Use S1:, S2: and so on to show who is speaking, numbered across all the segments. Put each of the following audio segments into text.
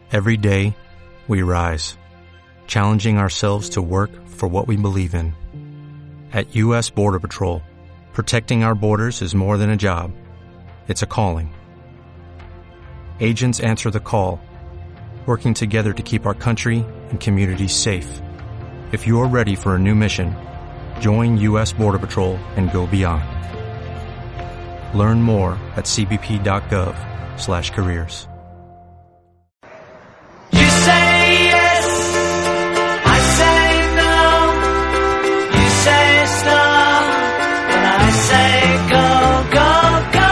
S1: Every day, we rise, challenging ourselves to work for what we believe in. At U.S. Border Patrol, protecting our borders is more than a job. It's a calling. Agents answer the call, working together to keep our country and communities safe. If you're ready for a new mission, join U.S. Border Patrol and go beyond. Learn more at cbp.gov/careers.
S2: You say yes, I say no. You say stop, and I say go, go, go.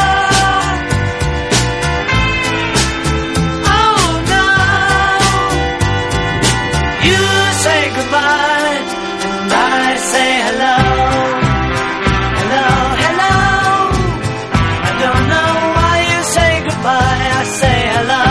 S2: Oh no, you say goodbye, and I say hello, hello, hello. I don't know why you say goodbye, I say hello.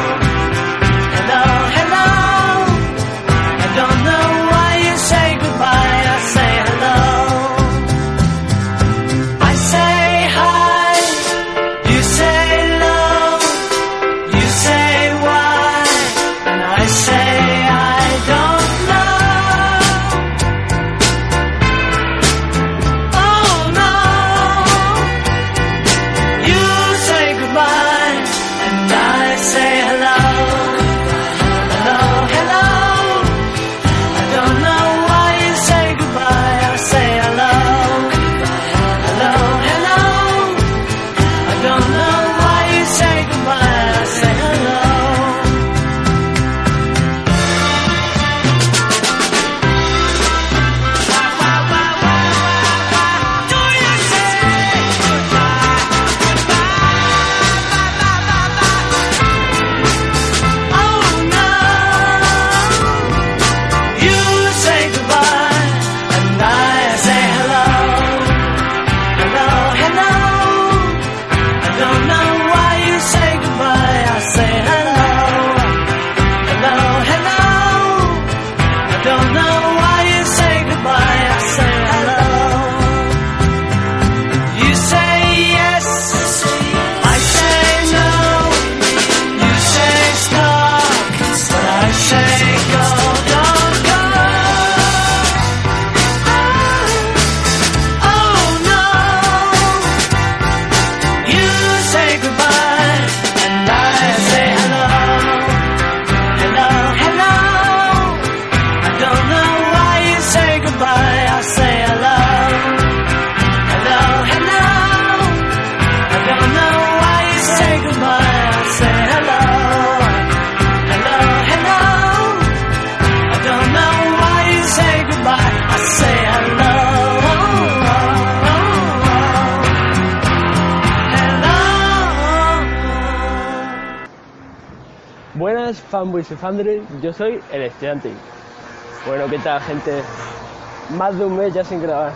S3: Buenas fanboys y fandres, yo soy el estudiante. Bueno, ¿qué tal, gente? Más de un mes ya sin grabar.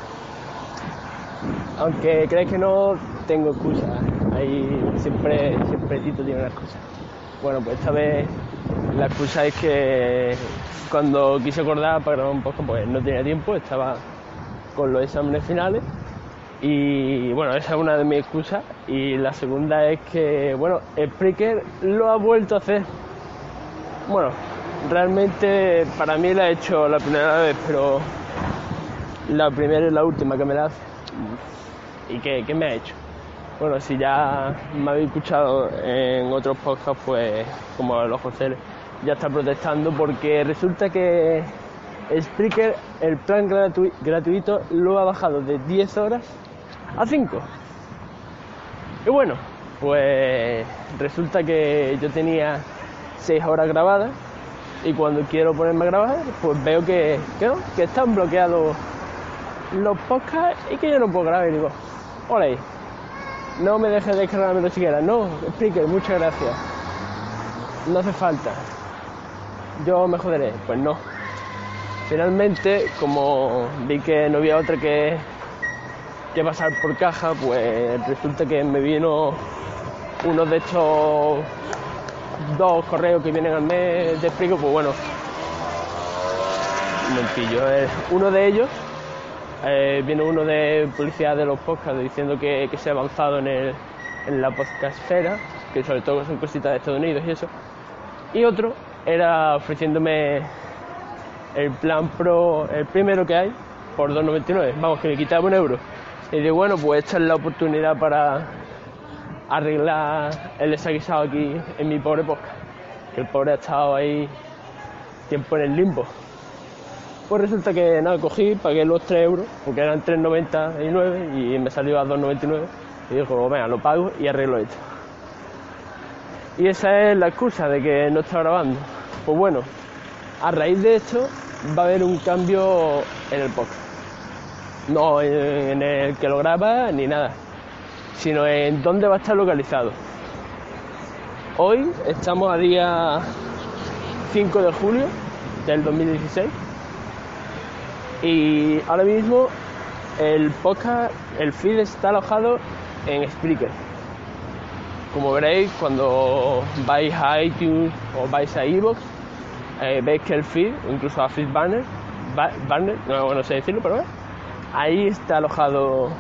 S3: Aunque creáis que no, tengo excusa. Ahí siempre Tito tiene una excusa. Bueno, pues esta vez la excusa es que cuando quise acordar para grabar un podcast, pues no tenía tiempo, estaba con los exámenes finales. Y bueno, esa es una de mis excusas. Y la segunda es que, bueno, Spreaker lo ha vuelto a hacer. Bueno, realmente para mí la he hecho la primera vez, pero la primera y la última que me la hace. ¿Y qué me ha hecho? Bueno, si ya me habéis escuchado en otros podcasts, pues como los José, ya está protestando porque resulta que Spreaker, el plan gratuito, lo ha bajado de 10 horas a 5. Y bueno, pues resulta que yo tenía 6 horas grabadas y cuando quiero ponerme a grabar, pues veo que están bloqueados los podcasts y que yo no puedo grabar. Y digo, hola, no me dejes descargármelo siquiera. No, Spreaker, muchas gracias, no hace falta, yo me joderé. Pues no. Finalmente, como vi que no había otra que pasar por caja, pues resulta que me vino uno de estos 2 correos que vienen al mes de Spreaker. Pues bueno, un momentillo, uno de ellos viene uno de publicidad de los podcasts diciendo que se ha avanzado en la podcastfera, que sobre todo son cositas de Estados Unidos y eso. Y otro era ofreciéndome el plan Pro, el primero que hay, por 2,99. Vamos, que me quitaba 1 euro. Y digo, bueno, pues esta es la oportunidad para arreglar el desaguisado aquí en mi pobre podcast. Que el pobre ha estado ahí tiempo en el limbo. Pues resulta que nada, cogí, pagué los 3 euros, porque eran 3,99 y me salió a 2,99. Y digo, venga, lo pago y arreglo esto. Y esa es la excusa de que no está grabando. Pues bueno, a raíz de esto va a haber un cambio en el podcast. No en el que lo graba ni nada, sino en dónde va a estar localizado. Hoy estamos a día 5 de julio del 2016 y ahora mismo el podcast, el feed está alojado en Spreaker. Como veréis, cuando vais a iTunes o vais a iVoox, veis que el feed, incluso a FeedBurner, no sé decirlo, pero ahí está alojado,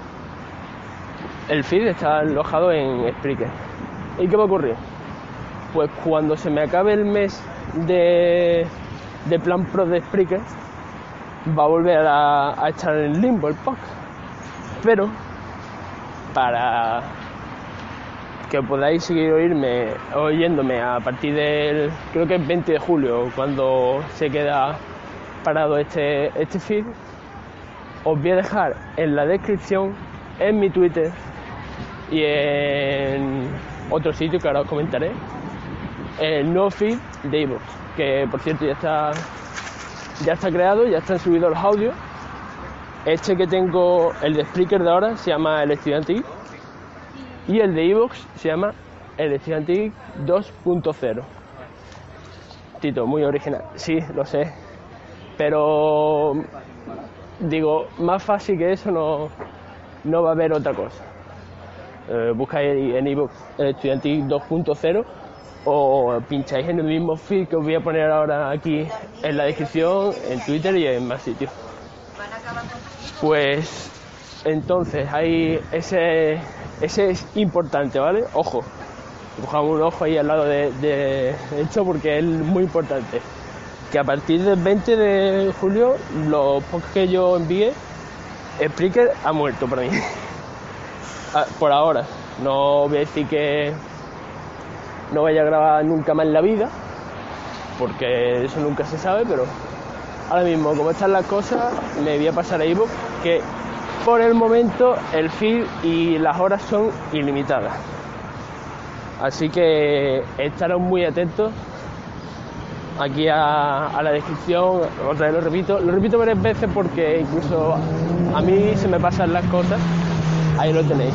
S3: el feed está alojado en Spreaker. ¿Y qué va a ocurrir? Pues cuando se me acabe el mes de plan Pro de Spreaker, va a volver a estar en limbo el podcast. Pero para que podáis seguir oyéndome a partir del, creo que es 20 de julio, cuando se queda parado este feed, os voy a dejar en la descripción, en mi Twitter y en otro sitio que ahora os comentaré, el nuevo feed de iVoox, que por cierto ya está creado, ya están subidos los audios. Este que tengo, el de Spreaker de ahora, se llama El Estudiante Geek, y el de iVoox se llama El Estudiante Geek 2.0. Tito, muy original, sí, lo sé, pero digo, más fácil que eso no va a haber otra cosa. Buscáis en iVoox El Estudiante Geek 2.0 o pincháis en el mismo feed que os voy a poner ahora aquí en la descripción, en Twitter y en más sitios. Pues entonces ahí ese es importante, ¿vale? Ojo, dibujamos un ojo ahí al lado de esto porque es muy importante. Que a partir del 20 de julio los podcasts que yo envié, Spreaker ha muerto para mí. Por ahora, no voy a decir que no vaya a grabar nunca más en la vida, porque eso nunca se sabe, pero ahora mismo, como están las cosas, me voy a pasar a iVoox, que por el momento el feed y las horas son ilimitadas. Así que estaros muy atentos aquí a la descripción. Otra vez lo repito varias veces porque incluso a mí se me pasan las cosas. Ahí lo tenéis.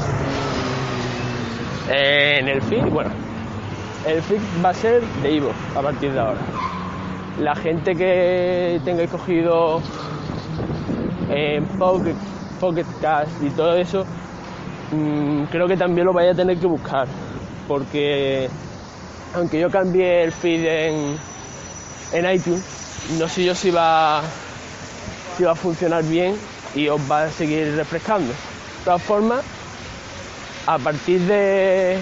S3: En el feed, bueno, el feed va a ser de iVoox a partir de ahora. La gente que tenga escogido Pocket Cast y todo eso, creo que también lo vaya a tener que buscar, porque aunque yo cambié el feed en iTunes, no sé yo si va a funcionar bien y os va a seguir refrescando. De todas formas, a partir de,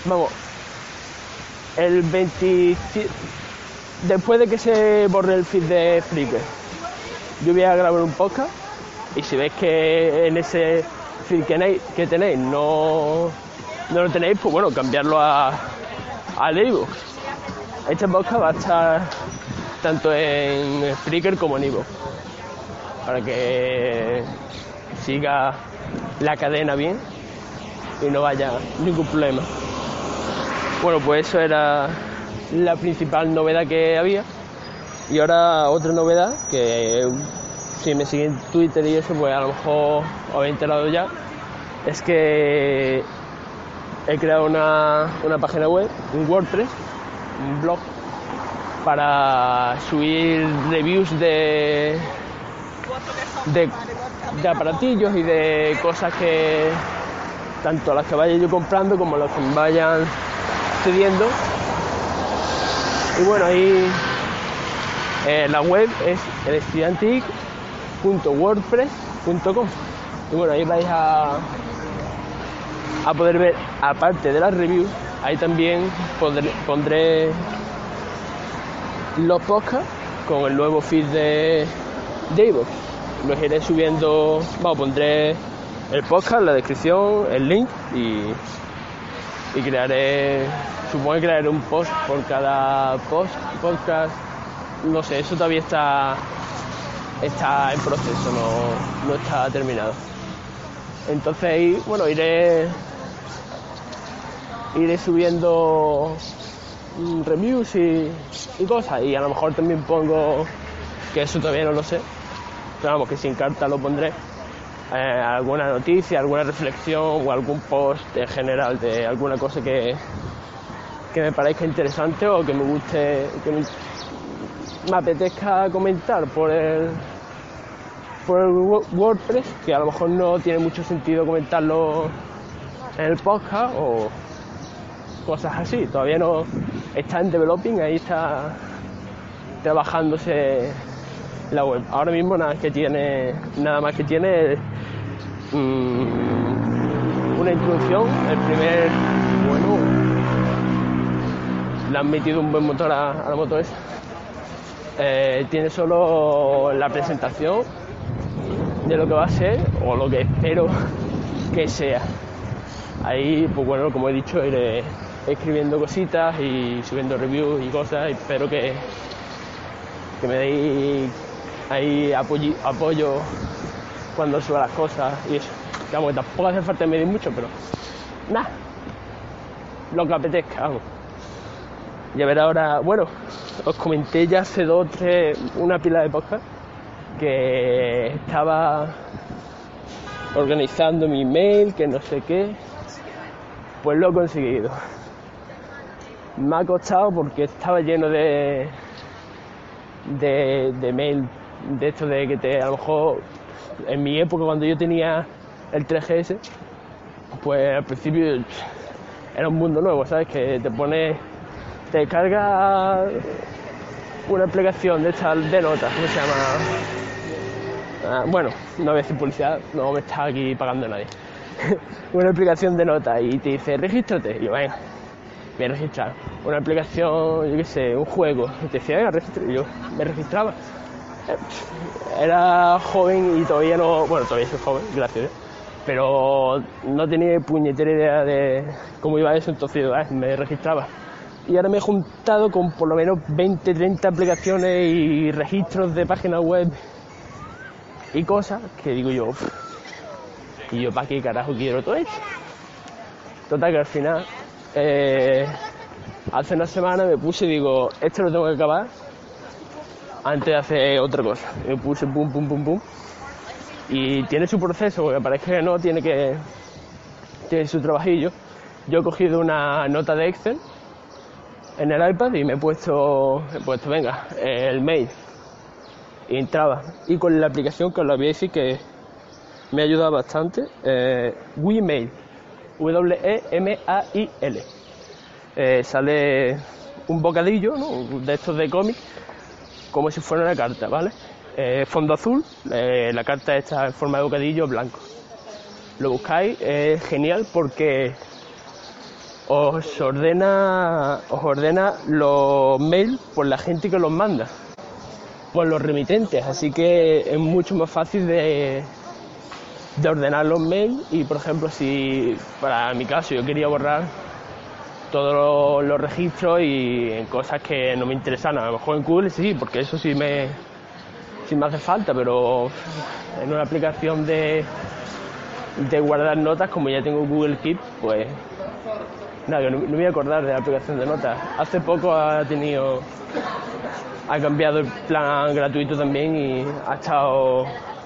S3: el 27, después de que se borre el feed de Spreaker, yo voy a grabar un podcast y si veis que en ese feed que tenéis no lo tenéis, pues bueno, cambiarlo a iVoox. Este podcast va a estar tanto en Spreaker como en iVoox, para que siga la cadena bien y no vaya ningún problema. Bueno, pues eso era la principal novedad que había. Y ahora otra novedad, que si me siguen en Twitter y eso, pues a lo mejor os habéis enterado ya, es que he creado una página web, un WordPress, un blog, para subir reviews de aparatillos y de cosas que, tanto las que vaya yo comprando como las que me vayan cediendo. Y bueno, ahí la web es elestudiantegeek.wordpress.com. Y bueno, ahí vais a poder ver, aparte de las reviews, ahí también pondré los podcasts con el nuevo feed de iVoox. Los iré subiendo, pondré el podcast, la descripción, el link y crearé, supongo que crearé un post por cada podcast, no sé, eso todavía está en proceso, no está terminado. Entonces ahí, bueno, iré subiendo reviews y cosas, y a lo mejor también pongo, que eso todavía no lo sé, pero vamos, que sin carta lo pondré, alguna noticia, alguna reflexión o algún post en general de alguna cosa que me parezca interesante o que me guste, que me apetezca comentar por el WordPress, que a lo mejor no tiene mucho sentido comentarlo en el podcast o cosas así. Todavía no está en developing, ahí está trabajándose la web. Ahora mismo nada más que tiene una introducción, le han metido un buen motor a la moto esa. Tiene solo la presentación de lo que va a ser o lo que espero que sea. Ahí, pues bueno, como he dicho, iré escribiendo cositas y subiendo reviews y cosas, y espero que me deis ahí apoyo cuando suba las cosas y eso. Vamos, que tampoco hace falta medir mucho, pero nada, lo que apetezca, vamos. Y a ver ahora, bueno, os comenté ya hace 2 o 3 una pila de podcast que estaba organizando mi email, que no sé qué, pues lo he conseguido. Me ha costado porque estaba lleno de mail, de esto de que a lo mejor en mi época cuando yo tenía el 3GS, pues al principio era un mundo nuevo, ¿sabes? Que te descarga una aplicación de estas de notas, ¿cómo se llama? Bueno, no voy a decir publicidad, no me está aquí pagando nadie. Una aplicación de notas y te dice, regístrate. Y yo, venga, me he registrado. Una aplicación, yo qué sé, un juego. Y te decía, venga, regístrate. Y yo me registraba. Era joven y todavía todavía soy joven, gracias, pero no tenía puñetera idea de cómo iba eso, entonces me registraba. Y ahora me he juntado con por lo menos 20, 30 aplicaciones y registros de páginas web y cosas que digo yo, ¿y yo para qué carajo quiero todo esto? Total, que al final, hace una semana me puse y digo, esto lo tengo que acabar antes de hacer otra cosa. Me puse pum, pum, pum, pum. Y tiene su proceso, porque parece que no, tiene su trabajillo. Yo he cogido una nota de Excel en el iPad y me he puesto venga, el mail. Y entraba. Y con la aplicación, que os la voy a decir que me ha ayudado bastante, Wemail, W-E-M-A-I-L. Sale un bocadillo, ¿no? De estos de cómic, como si fuera una carta, ¿vale? Fondo azul, la carta está en forma de bocadillo blanco. Lo buscáis, es genial porque os ordena los mails por la gente que los manda, por los remitentes, así que es mucho más fácil de ordenar los mails. Y por ejemplo, si para mi caso yo quería borrar todos los registros y en cosas que no me interesan, a lo mejor en Google sí, porque eso sí me hace falta, pero en una aplicación de guardar notas, como ya tengo Google Keep, pues nada, no me voy a acordar de la aplicación de notas. Hace poco ha cambiado el plan gratuito también y ha estado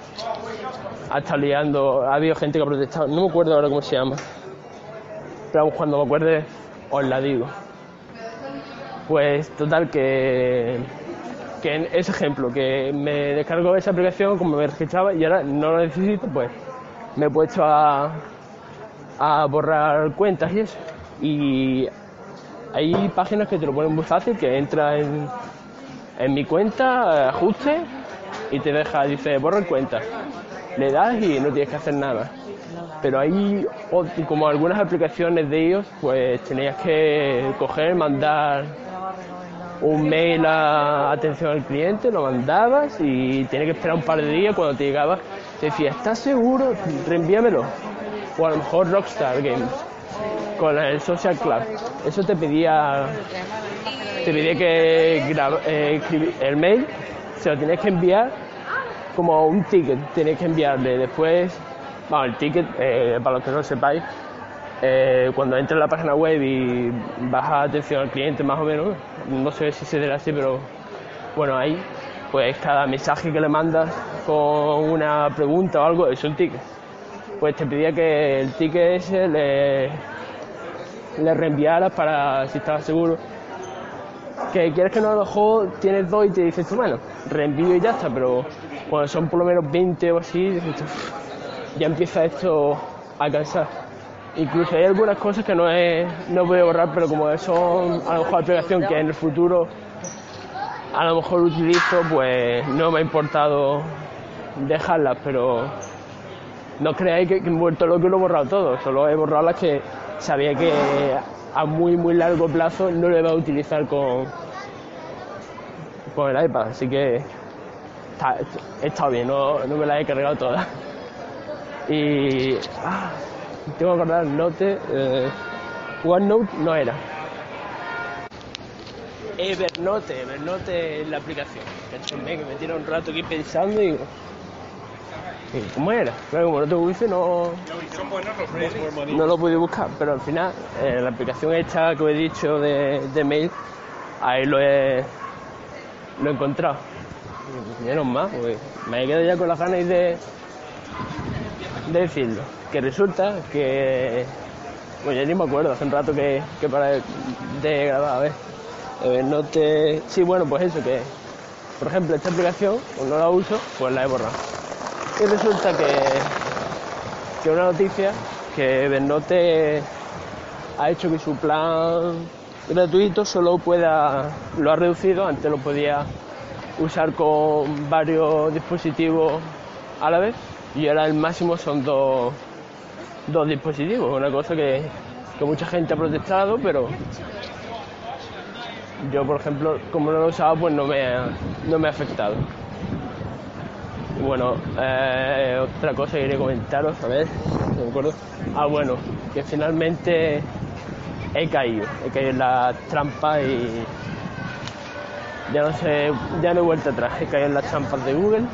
S3: liando, ha habido gente que ha protestado, no me acuerdo ahora cómo se llama, pero cuando me acuerde os la digo. Pues total, que en ese ejemplo, que me descargo esa aplicación como me registraba y ahora no lo necesito, pues me he puesto a borrar cuentas y eso. Y hay páginas que te lo ponen muy fácil, que entras en mi cuenta, ajuste y te dice borrar cuentas. Le das y no tienes que hacer nada. Pero hay, como algunas aplicaciones de ellos, pues tenías que coger, mandar un mail a atención al cliente, lo mandabas y tenías que esperar un par de días. Cuando te llegaba te decía, ¿estás seguro? Reenvíamelo. O a lo mejor Rockstar Games con el Social Club, eso te pedía que escribir el mail, se lo tenías que enviar como un ticket, tenías que enviarle después, bueno, el ticket, para los que no lo sepáis, cuando entras en la página web y vas a atención al cliente más o menos, no sé si se dirá así, pero bueno, ahí, pues cada mensaje que le mandas con una pregunta o algo es un ticket. Pues te pedía que el ticket ese le reenviaras para si estabas seguro. Que quieres que no, a lo mejor tienes 2 y te dices tú, bueno, reenvío y ya está, pero cuando son por lo menos 20 o así, dices tú, ya empieza esto a cansar. Incluso hay algunas cosas que no voy a borrar, pero como son a lo mejor aplicación que en el futuro a lo mejor utilizo, pues no me ha importado dejarlas, pero no creáis que he vuelto loco y lo he borrado todo, solo he borrado las que sabía que a muy largo plazo no lo iba a utilizar con el iPad, así que he estado bien, no me las he cargado todas. Y tengo que acordar, OneNote no era. Evernote es la aplicación, que me tira un rato aquí pensando y digo, ¿cómo era? Claro, como no tengo wifi no lo pude buscar, pero al final la aplicación esta que os he dicho de mail, ahí lo he encontrado. Menos más, pues me he quedado ya con las ganas de decirlo. Que resulta que, bueno, ya ni me acuerdo, hace un rato que paré de grabar, a ver. Sí, bueno, pues eso, que por ejemplo esta aplicación, pues no la uso, pues la he borrado. Y resulta que una noticia que Evernote ha hecho que su plan gratuito lo ha reducido, antes lo podía usar con varios dispositivos a la vez y ahora el máximo son dos dispositivos, una cosa que mucha gente ha protestado, pero yo por ejemplo como no lo usaba pues no me ha afectado. Y bueno, otra cosa que quería comentaros, a ver, no me acuerdo. Bueno, que finalmente he caído en la trampa y ya no he vuelto atrás, he caído en las trampas de Google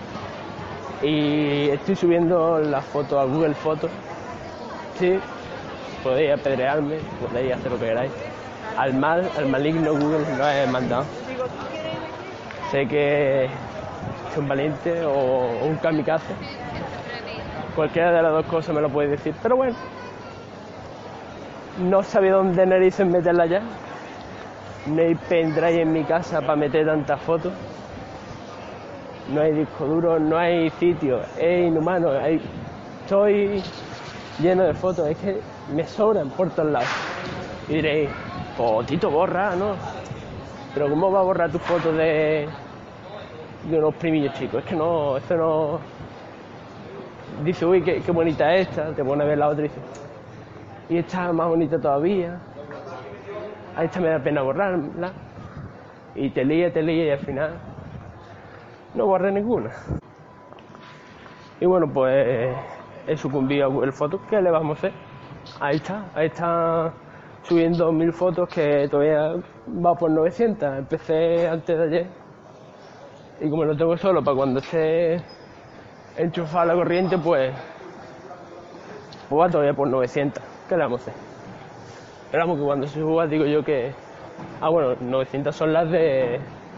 S3: y estoy subiendo las fotos a Google Fotos. Sí, podéis apedrearme, podéis hacer lo que queráis. Al maligno Google lo he mandado. Sé que es un valiente o un kamikaze. Cualquiera de las dos cosas me lo puede decir, pero bueno. No sabía dónde narices meterla ya. No hay pendrive en mi casa para meter tantas fotos. No hay disco duro, no hay sitio. Es inhumano. Estoy lleno de fotos. Es que me sobran por todos lados. Y diréis, pues Tito, borra, ¿no? Pero ¿cómo va a borrar tus fotos de unos primillos chicos? Es que no, esto no. Dice, uy, qué bonita es esta. Te pone a ver la otra y dice, y esta más bonita todavía. A esta me da pena borrarla. Y te lía y al final no borré ninguna. Y bueno, pues he sucumbido a Google Fotos. ¿Qué le vamos a hacer? Ahí está subiendo 1000 fotos que todavía va por 900. Empecé antes de ayer y como lo tengo solo para cuando esté enchufada la corriente, pues va todavía por 900. ¿Qué le vamos a hacer? Pero vamos, que cuando se suba digo yo que... bueno, 900 son las del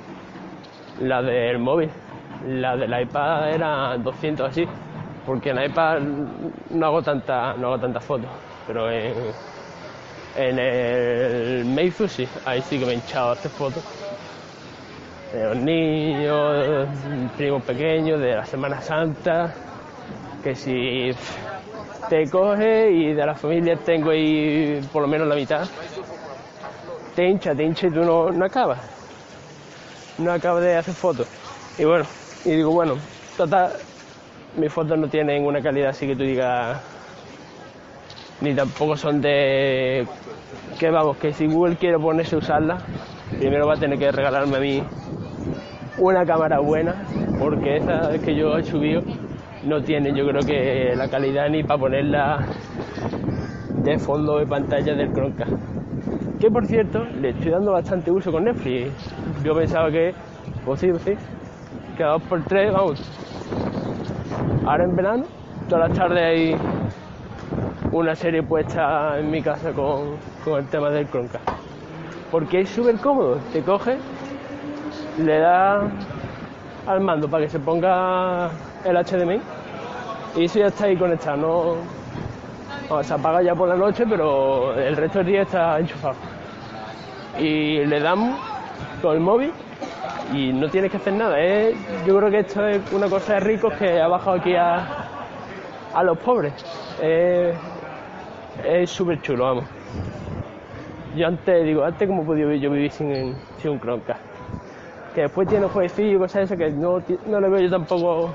S3: móvil. Las del iPad eran 200 así, porque en el iPad no hago tantas fotos, pero en el Meizu sí, ahí sí que me he hinchado a hacer fotos. De los niños, primos pequeños, de la Semana Santa, que si te coge y de la familia tengo ahí por lo menos la mitad, te hincha y tú no acabas de hacer fotos. Y bueno, y digo, bueno, total, mis fotos no tienen una calidad así que tú digas, ni tampoco son de, que vamos, que si Google quiere ponerse a usarlas, primero va a tener que regalarme a mí una cámara buena, porque esa que yo he subido no tiene, yo creo que la calidad ni para ponerla de fondo de pantalla del Chromecast. Que por cierto, le estoy dando bastante uso con Netflix. Yo pensaba que, pues sí, que 2x3, vamos. Ahora en verano, todas las tardes hay una serie puesta en mi casa con el tema del Chromecast. Porque es súper cómodo, te coges, le das al mando para que se ponga el HDMI y eso ya está ahí conectado, se apaga ya por la noche, pero el resto del día está enchufado. Y le damos con el móvil y no tienes que hacer nada. Yo creo que esto es una cosa de ricos que ha bajado aquí a los pobres. Es súper chulo, vamos. Yo antes cómo podía yo vivir sin un Chromecast. Que después tiene jueguecillos y cosas de esas que no le veo yo tampoco.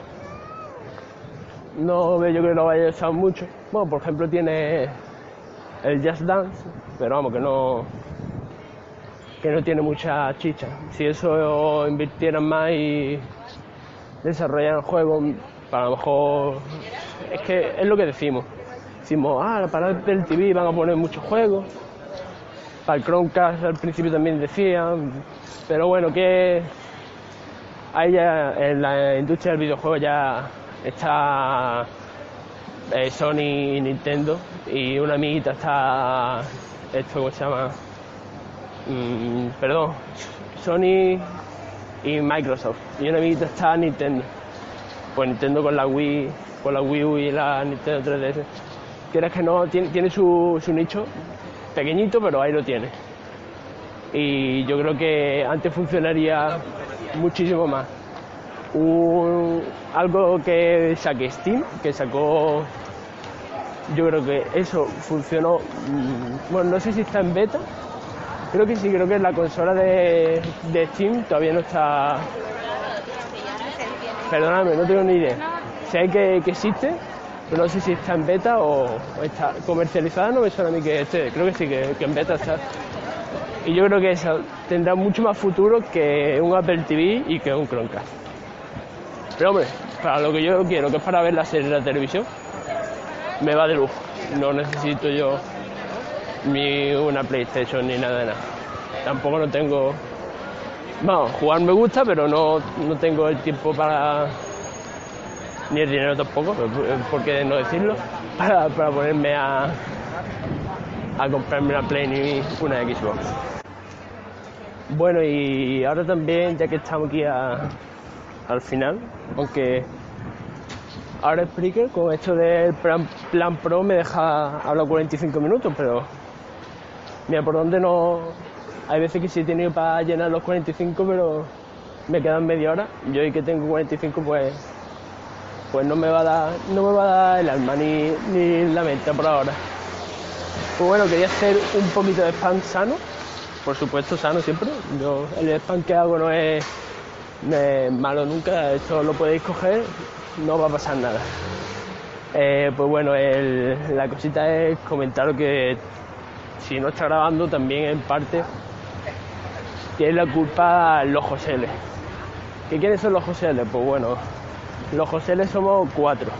S3: No veo yo que lo vaya a usar mucho. Bueno, por ejemplo tiene el Just Dance, pero vamos, que no tiene mucha chicha. Si eso invirtieran más y desarrollaran juegos, para lo mejor. Es que es lo que decimos. Decimos, para el TV van a poner muchos juegos. Para el Chromecast al principio también decían, pero bueno, que ahí ya en la industria del videojuego ya está Sony y Nintendo, y una amiguita está, ¿cómo se llama? Sony y Microsoft, y una amiguita está Nintendo. Pues Nintendo con la Wii U y la Nintendo 3DS. Quieras que no, tiene su nicho pequeñito, pero ahí lo tiene. Y yo creo que antes funcionaría muchísimo más. Algo que saque Steam, que sacó, yo creo que eso funcionó. Bueno, no sé si está en beta. Creo que sí, creo que la consola de Steam todavía no está. Perdóname, no tengo ni idea. Sé que existe, pero no sé si está en beta o está comercializada, no me suena a mí que esté. Creo que sí, que en beta está. Y yo creo que eso tendrá mucho más futuro que un Apple TV y que un Chromecast. Pero hombre, para lo que yo quiero, que es para ver la serie de la televisión, me va de lujo. No necesito yo ni una PlayStation ni nada de nada. Tampoco no tengo. Vamos, jugar me gusta, pero no tengo el tiempo para. Ni el dinero tampoco, por qué no decirlo, para ponerme a comprarme una Play ni una Xbox. Bueno, y ahora también, ya que estamos aquí al final, aunque ahora Spreaker con esto del plan Pro me deja hablar 45 minutos, pero mira, por dónde no. Hay veces que sí he tenido para llenar los 45, pero me quedan media hora. Yo hoy que tengo 45, pues no me va a dar el alma ni la mente por ahora. Pues bueno, quería hacer un poquito de spam sano, por supuesto sano siempre. El spam que hago no es malo nunca, esto lo podéis coger, no va a pasar nada. Pues bueno, la cosita es comentaros que si no está grabando también en parte tiene la culpa los Joseles. ¿Quiénes son los Joseles? Pues bueno, los Joseles somos 4.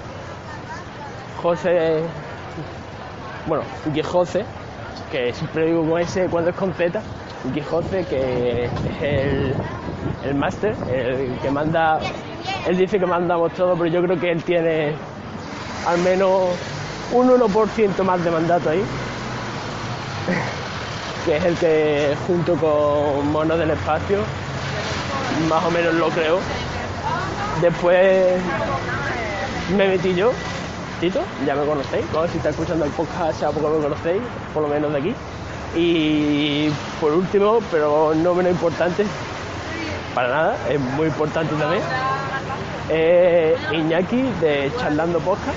S3: José, bueno, Quijote, que siempre digo con ese cuando es con Z, Quijote, que es el máster, el que manda. Él dice que mandamos todo, pero yo creo que él tiene al menos un 1% más de mandato ahí, que es el que junto con Mono del Espacio más o menos lo creo. Después me metí yo, Tito, ya me conocéis, si estáis escuchando el podcast ya poco me conocéis, por lo menos de aquí. Y por último, pero no menos importante, para nada, es muy importante también, Iñaki de Charlando Podcast.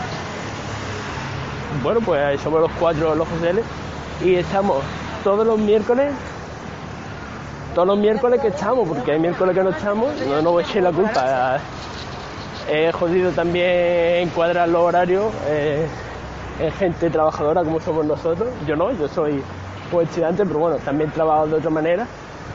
S3: Bueno, pues somos los 4 los Joseles y estamos todos los miércoles que estamos, porque hay miércoles que no estamos, no voy a echar la culpa. He jodido también encuadrar los horarios, es gente trabajadora como somos nosotros. Yo no, yo soy pues estudiante, pero bueno, también trabajo de otra manera.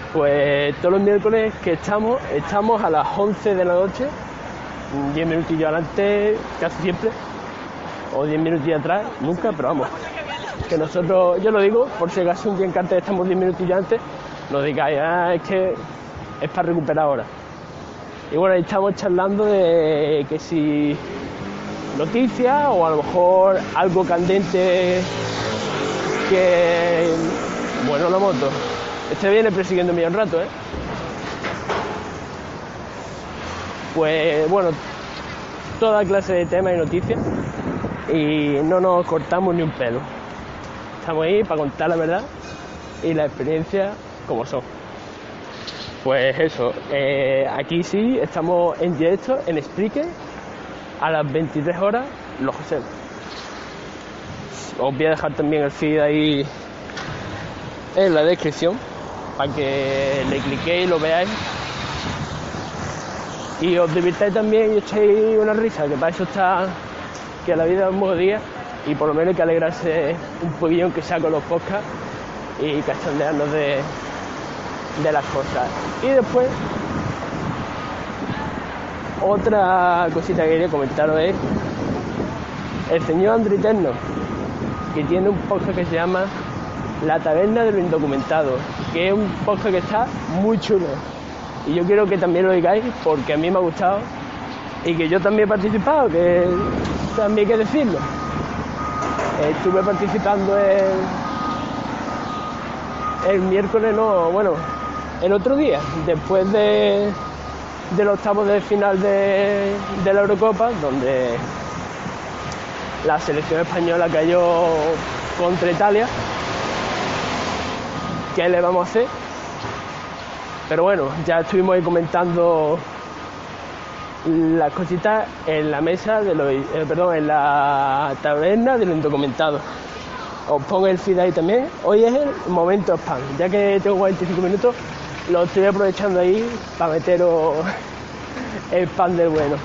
S3: Pues todos los miércoles que estamos a las 11 de la noche, 10 minutillos adelante casi siempre, o 10 minutillos atrás, nunca, pero vamos, que nosotros, yo lo digo, por si acaso un día que antes estamos 10 minutillos antes, no digáis, es que es para recuperar ahora. Y bueno, ahí estamos charlando de que si noticias o a lo mejor algo candente que, bueno, la moto. Este viene persiguiéndome ya un rato, ¿eh? Pues bueno, toda clase de temas y noticias y no nos cortamos ni un pelo. Estamos ahí para contar la verdad y la experiencia como son. Pues eso, aquí sí estamos en directo en Spreaker a las 23 horas, los José. Os voy a dejar también el feed ahí en la descripción para que le cliquéis y lo veáis y os divirtáis también y echéis una risa, que para eso está, que la vida es un modo día y por lo menos hay que alegrarse un poquillo aunque sea con los podcasts y cachondearnos de las cosas. Y después otra cosita que quería comentaros es el señor André Eterno, que tiene un podcast que se llama La Taberna de los Indocumentados, que es un podcast que está muy chulo y yo quiero que también lo digáis porque a mí me ha gustado y que yo también he participado, que también hay que decirlo. Estuve participando el miércoles, no, bueno, el otro día, después del octavos de final de la Eurocopa, donde la selección española cayó contra Italia. ¿Qué le vamos a hacer? Pero bueno, ya estuvimos ahí comentando las cositas en la mesa de los, en la taberna de los indocumentados. Os pongo el feed ahí también. Hoy es el momento spam, ya que tengo 45 minutos, lo estoy aprovechando ahí para meteros el spam del bueno.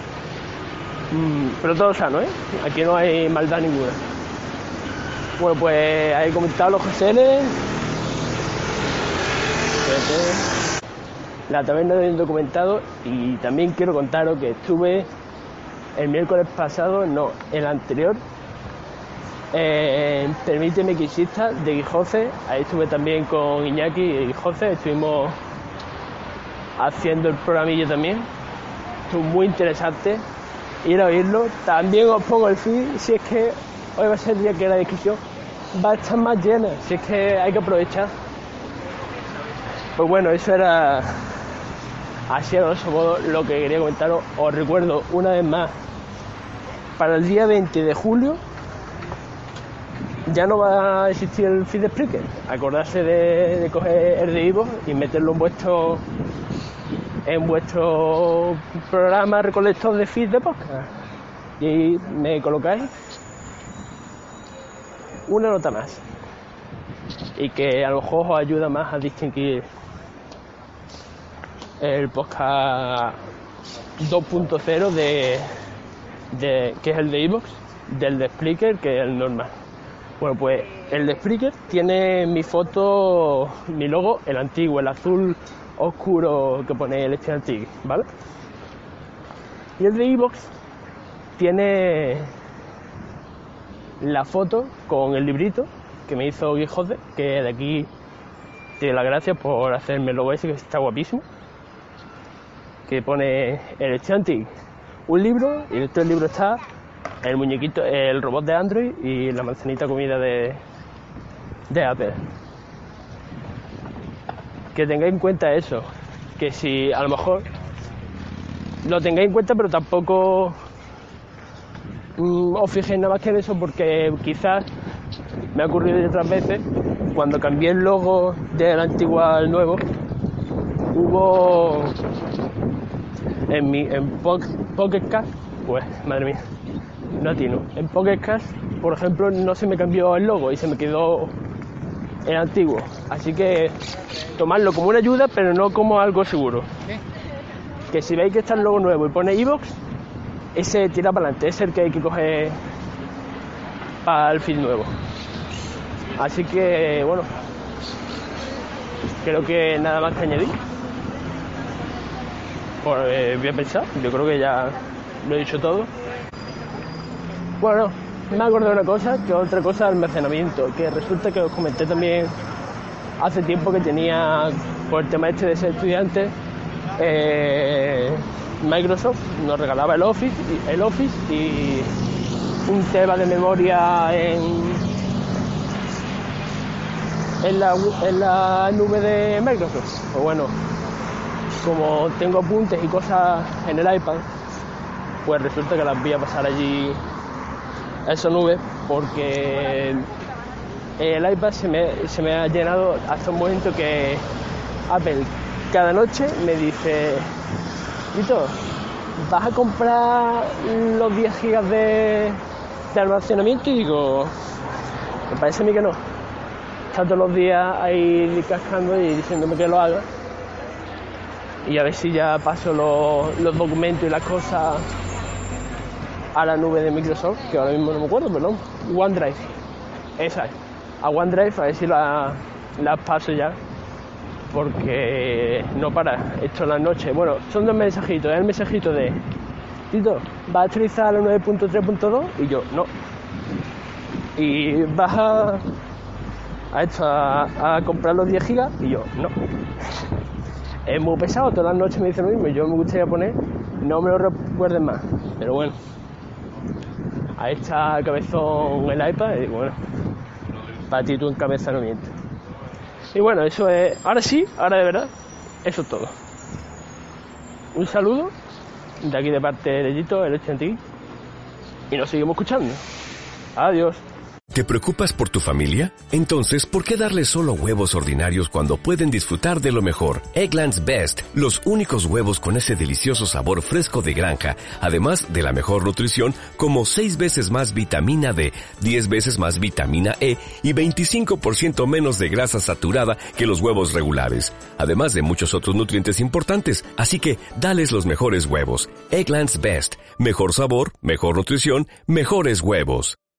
S3: Pero todo sano, ¿eh? Aquí no hay maldad ninguna. Bueno, pues ahí comentado los Joseles. La taberna del indocumentado, y también quiero contaros que estuve el miércoles pasado, no, el anterior, Permíteme que exista, de Guijoce. Ahí estuve también con Iñaki y Guijoce, estuvimos haciendo el programillo también. Estuvo muy interesante ir a oírlo. También os pongo el feed, si es que hoy va a ser el día que la descripción va a estar más llena, si es que hay que aprovechar. Pues bueno, eso era así a grosso modo lo que quería comentaros. Os recuerdo una vez más, para el día 20 de julio ya no va a existir el feed de Spreaker. Acordarse de coger el de Ivo y meterlo en vuestro programa recolector de feed de podcast. Y ahí me colocáis una nota más. Y que a lo mejor os ayuda más a distinguir el podcast 2.0 de que es el de iVoox, del de Spreaker, que es el normal. Bueno, pues el de Spreaker tiene mi foto, mi logo, el antiguo, el azul oscuro que pone el antiguo, ¿vale? Y el de iVoox tiene la foto con el librito que me hizo Guijote, que de aquí tiene las gracias por hacerme el logo ese, que está guapísimo, que pone el Chanti, un libro, y dentro del libro está el muñequito, el robot de Android y la manzanita comida de Apple. Que tengáis en cuenta eso, que si a lo mejor lo tengáis en cuenta, pero tampoco os fijéis nada más que en eso, porque quizás me ha ocurrido otras veces, cuando cambié el logo del antiguo al nuevo, hubo en Pocket Cast, pues madre mía, no atino. En Pocket Cast, por ejemplo, no se me cambió el logo y se me quedó el antiguo, así que tomadlo como una ayuda, pero no como algo seguro. Que si veis que está el logo nuevo y pone iVoox, ese tira para adelante, es el que hay que coger para el feed nuevo. Así que bueno, creo que nada más que añadir. Pues voy a pensar, yo creo que ya lo he dicho todo. Bueno, me acuerdo de una cosa, que otra cosa de almacenamiento, que resulta que os comenté también hace tiempo que tenía, por el tema este de ser estudiante, Microsoft nos regalaba el Office y un teba de memoria en la nube de Microsoft. Pues bueno, como tengo apuntes y cosas en el iPad, pues resulta que las voy a pasar allí a esa nube, porque el iPad se me ha llenado hasta un momento que Apple cada noche me dice: Tito, ¿vas a comprar los 10 gigas de almacenamiento? Y digo, me parece a mí que no. Está todos los días ahí cascando y diciéndome que lo haga, y a ver si ya paso los documentos y las cosas a la nube de Microsoft, que ahora mismo no me acuerdo, pero no, OneDrive, esa es, a OneDrive, a ver si las paso ya, porque no para esto en las noches. Bueno, son dos mensajitos, el mensajito de: Tito, ¿vas a actualizar la 9.3.2? Y yo, no. ¿Y vas a comprar los 10 gigas? Y yo, no. Es muy pesado, todas las noches me dicen lo mismo, y yo me gustaría poner: no me lo recuerden más. Pero bueno, ahí está el cabezón el iPad, y digo, bueno, para ti tu encabezamiento. Y bueno, eso es, ahora sí, ahora de verdad, eso es todo. Un saludo de aquí de parte de Lellito, el Chantilly, y nos seguimos escuchando. Adiós.
S4: ¿Te preocupas por tu familia? Entonces, ¿por qué darles solo huevos ordinarios cuando pueden disfrutar de lo mejor? Eggland's Best, los únicos huevos con ese delicioso sabor fresco de granja, además de la mejor nutrición, como 6 veces más vitamina D, 10 veces más vitamina E y 25% menos de grasa saturada que los huevos regulares, además de muchos otros nutrientes importantes. Así que, dales los mejores huevos. Eggland's Best, mejor sabor, mejor nutrición, mejores huevos.